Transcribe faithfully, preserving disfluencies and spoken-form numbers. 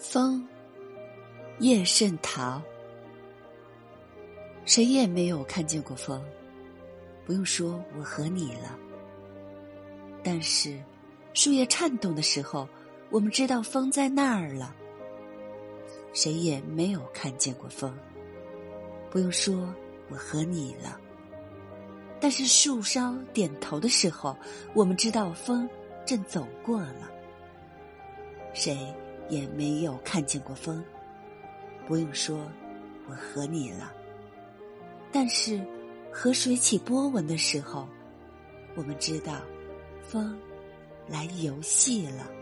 风，叶圣陶。谁也没有看见过风，不用说我和你了。但是树叶颤动的时候，我们知道风在那儿了。谁也没有看见过风，不用说我和你了。但是树梢点头的时候，我们知道风正走过了。谁也没有看见过风，不用说我和你了。但是河水起波纹的时候，我们知道风来游戏了。